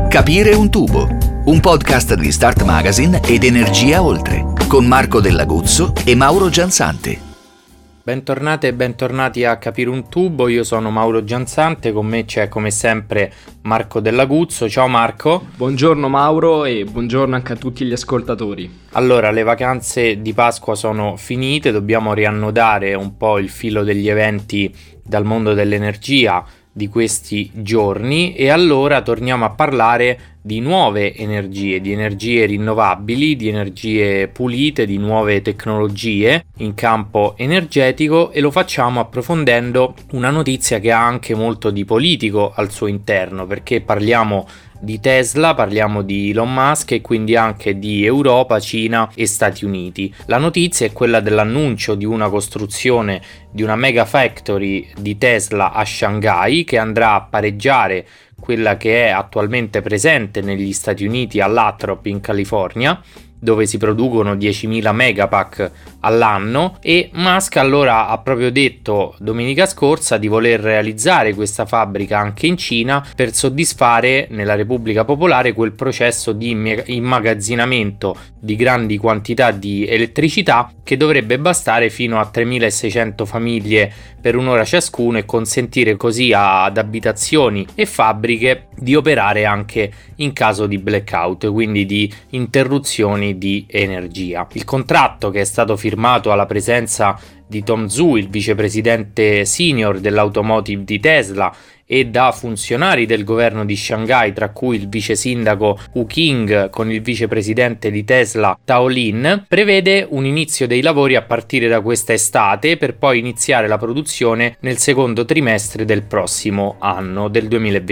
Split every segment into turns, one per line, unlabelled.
Capire un tubo, un podcast di Start Magazine ed Energia Oltre, con Marco Dell'Aguzzo e Mauro Giansante.
Bentornate e bentornati a Capire un tubo, io sono Mauro Giansante, con me c'è come sempre Marco Dell'Aguzzo. Ciao Marco.
Buongiorno Mauro e buongiorno anche a tutti gli ascoltatori.
Allora, le vacanze di Pasqua sono finite, dobbiamo riannodare un po' il filo degli eventi dal mondo dell'energia di questi giorni e allora torniamo a parlare di nuove energie, di energie rinnovabili, di energie pulite, di nuove tecnologie in campo energetico, e lo facciamo approfondendo una notizia che ha anche molto di politico al suo interno, perché parliamo di Tesla, parliamo di Elon Musk e quindi anche di Europa, Cina e Stati Uniti. La notizia è quella dell'annuncio di una costruzione di una mega factory di Tesla a Shanghai, che andrà a pareggiare quella che è attualmente presente negli Stati Uniti a Lathrop in California, dove si producono 10.000 megapack all'anno, e Musk allora ha proprio detto domenica scorsa di voler realizzare questa fabbrica anche in Cina per soddisfare nella Repubblica Popolare quel processo di immagazzinamento di grandi quantità di elettricità che dovrebbe bastare fino a 3.600 famiglie per un'ora ciascuno e consentire così ad abitazioni e fabbriche di operare anche in caso di blackout, quindi di interruzioni di energia. Il contratto, che è stato firmato alla presenza di Tom Zhu, il vicepresidente senior dell'automotive di Tesla, e da funzionari del governo di Shanghai, tra cui il vice sindaco Hu Qing con il vicepresidente di Tesla Tao Lin, prevede un inizio dei lavori a partire da questa estate per poi iniziare la produzione nel secondo trimestre del prossimo anno, del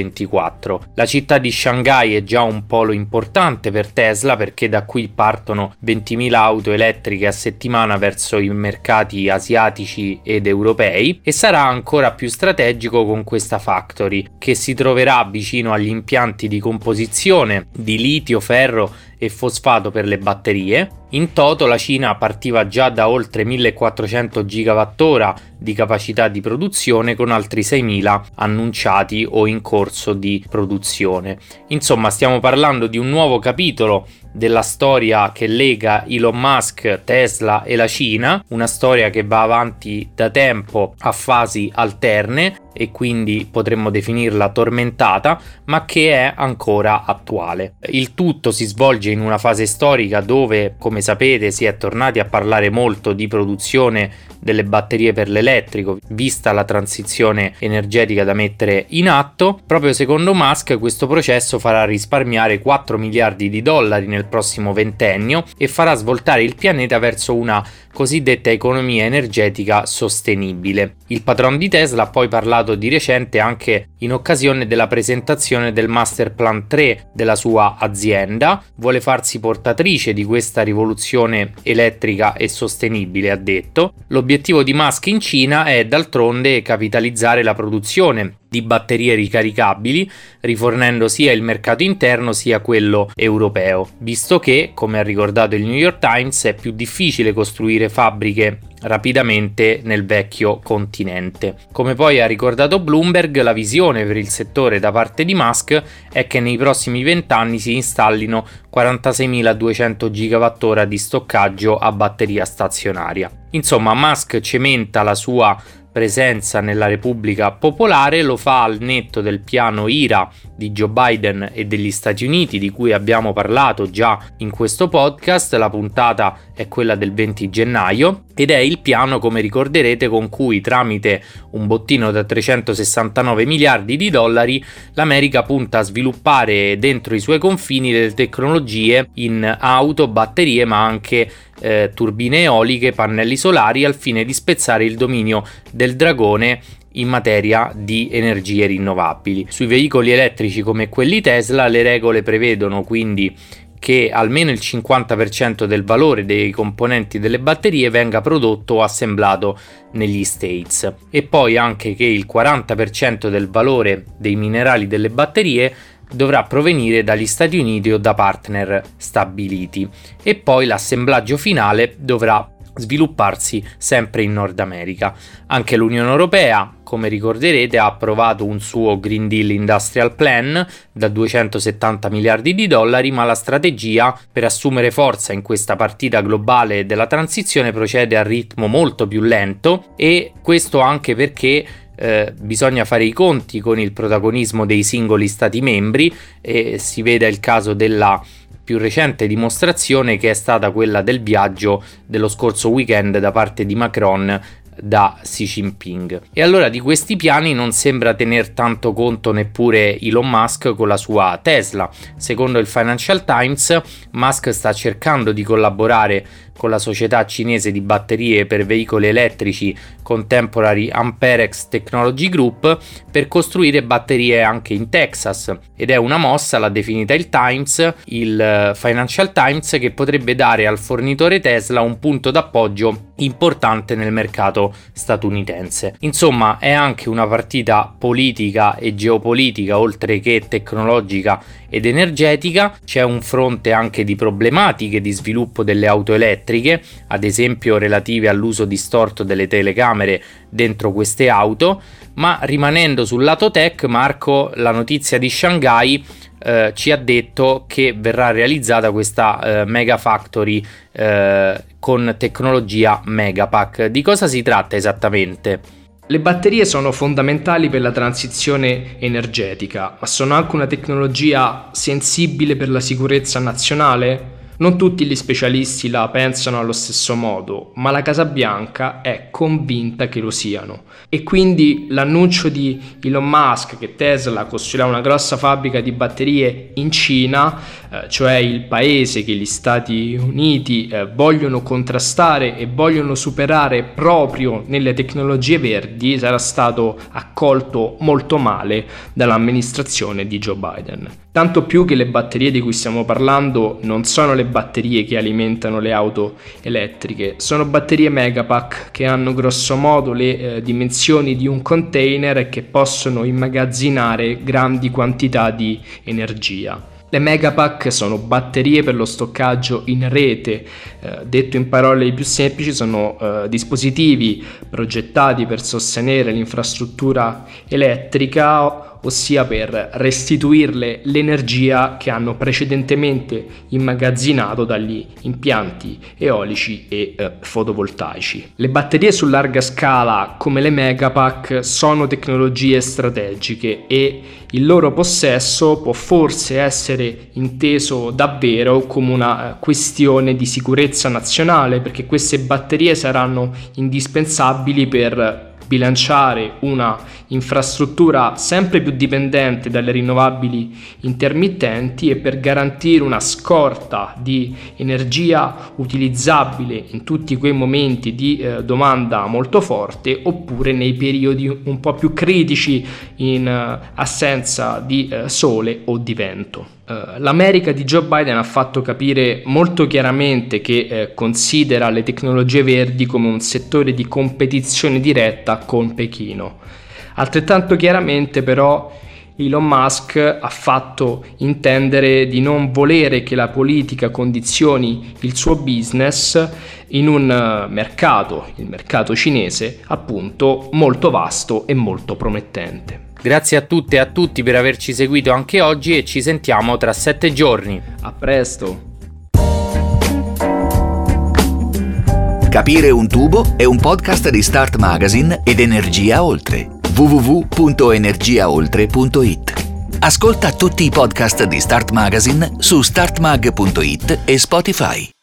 2024. La città di Shanghai è già un polo importante per Tesla, perché da qui partono 20.000 auto elettriche a settimana verso i mercati asiatici ed europei, e sarà ancora più strategico con questa factory che si troverà vicino agli impianti di composizione di litio, ferro e fosfato per le batterie. In toto la Cina partiva già da oltre 1.400 gigawattora di capacità di produzione, con altri 6.000 annunciati o in corso di produzione. Insomma, stiamo parlando di un nuovo capitolo della storia che lega Elon Musk, Tesla e la Cina, una storia che va avanti da tempo a fasi alterne e quindi potremmo definirla tormentata, ma che è ancora attuale. Il tutto si svolge in una fase storica dove, come sapete, si è tornati a parlare molto di produzione delle batterie per l'elettrico, vista la transizione energetica da mettere in atto. Proprio secondo Musk questo processo farà risparmiare 4 miliardi di dollari nel prossimo ventennio e farà svoltare il pianeta verso una cosiddetta economia energetica sostenibile. Il patron di Tesla ha poi parlato di recente anche in occasione della presentazione del Master Plan 3 della sua azienda. Vuole farsi portatrice di questa rivoluzione elettrica e sostenibile, ha detto. L'obiettivo di Musk in Cina è d'altronde capitalizzare la produzione di batterie ricaricabili, rifornendo sia il mercato interno sia quello europeo, visto che, come ha ricordato il New York Times, è più difficile costruire fabbriche rapidamente nel vecchio continente. Come poi ha ricordato Bloomberg, la visione per il settore da parte di Musk è che nei prossimi 20 anni si installino 46.200 gigawattora di stoccaggio a batteria stazionaria. Insomma, Musk cementa la sua presenza nella Repubblica Popolare, lo fa al netto del piano IRA di Joe Biden e degli Stati Uniti, di cui abbiamo parlato già in questo podcast. La puntata è quella del 20 gennaio ed è il piano, come ricorderete, con cui tramite un bottino da 369 miliardi di dollari l'America punta a sviluppare dentro i suoi confini delle tecnologie in auto, batterie, ma anche turbine eoliche, pannelli solari, al fine di spezzare il dominio del dragone in materia di energie rinnovabili. Sui veicoli elettrici come quelli Tesla, le regole prevedono quindi che almeno il 50% del valore dei componenti delle batterie venga prodotto o assemblato negli States, e poi anche che il 40% del valore dei minerali delle batterie dovrà provenire dagli Stati Uniti o da partner stabiliti, e poi l'assemblaggio finale dovrà svilupparsi sempre in Nord America. Anche l'Unione Europea, come ricorderete, ha approvato un suo Green Deal Industrial Plan da 270 miliardi di dollari, ma la strategia per assumere forza in questa partita globale della transizione procede a ritmo molto più lento, e questo anche perché bisogna fare i conti con il protagonismo dei singoli stati membri, e si vede il caso della più recente dimostrazione, che è stata quella del viaggio dello scorso weekend da parte di Macron da Xi Jinping. E allora di questi piani non sembra tener tanto conto neppure Elon Musk con la sua Tesla. Secondo il Financial Times, Musk sta cercando di collaborare con la società cinese di batterie per veicoli elettrici Contemporary Amperex Technology Group per costruire batterie anche in Texas, ed è una mossa, l'ha definita il Financial Times, che potrebbe dare al fornitore Tesla un punto d'appoggio importante nel mercato statunitense. Insomma, è anche una partita politica e geopolitica oltre che tecnologica ed energetica. C'è un fronte anche di problematiche di sviluppo delle auto elettriche, ad esempio relative all'uso distorto delle telecamere dentro queste auto. Ma rimanendo sul lato tech, Marco, la notizia di Shanghai ci ha detto che verrà realizzata questa mega factory con tecnologia Megapack. Di cosa si tratta esattamente?
Le batterie sono fondamentali per la transizione energetica, ma sono anche una tecnologia sensibile per la sicurezza nazionale? Non tutti gli specialisti la pensano allo stesso modo, ma la Casa Bianca è convinta che lo siano. E quindi l'annuncio di Elon Musk che Tesla costruirà una grossa fabbrica di batterie in Cina, cioè il paese che gli Stati Uniti vogliono contrastare e vogliono superare proprio nelle tecnologie verdi, sarà stato accolto molto male dall'amministrazione di Joe Biden. Tanto più che le batterie di cui stiamo parlando non sono le batterie che alimentano le auto elettriche, sono batterie Megapack che hanno grosso modo le dimensioni di un container e che possono immagazzinare grandi quantità di energia. Le Megapack sono batterie per lo stoccaggio in rete, detto in parole più semplici sono dispositivi progettati per sostenere l'infrastruttura elettrica, ossia per restituirle l'energia che hanno precedentemente immagazzinato dagli impianti eolici e fotovoltaici. Le batterie su larga scala come le Megapack sono tecnologie strategiche e il loro possesso può forse essere inteso davvero come una questione di sicurezza nazionale, perché queste batterie saranno indispensabili per bilanciare una infrastruttura sempre più dipendente dalle rinnovabili intermittenti e per garantire una scorta di energia utilizzabile in tutti quei momenti di domanda molto forte, oppure nei periodi un po' più critici in assenza di sole o di vento. L'America di Joe Biden ha fatto capire molto chiaramente che considera le tecnologie verdi come un settore di competizione diretta con Pechino. Altrettanto chiaramente però Elon Musk ha fatto intendere di non volere che la politica condizioni il suo business in un mercato, il mercato cinese, appunto molto vasto e molto promettente.
Grazie a tutte e a tutti per averci seguito anche oggi e ci sentiamo tra 7 giorni.
A presto!
Capire un tubo è un podcast di Start Magazine ed Energia Oltre. www.energiaoltre.it. Ascolta tutti i podcast di Start Magazine su startmag.it e Spotify.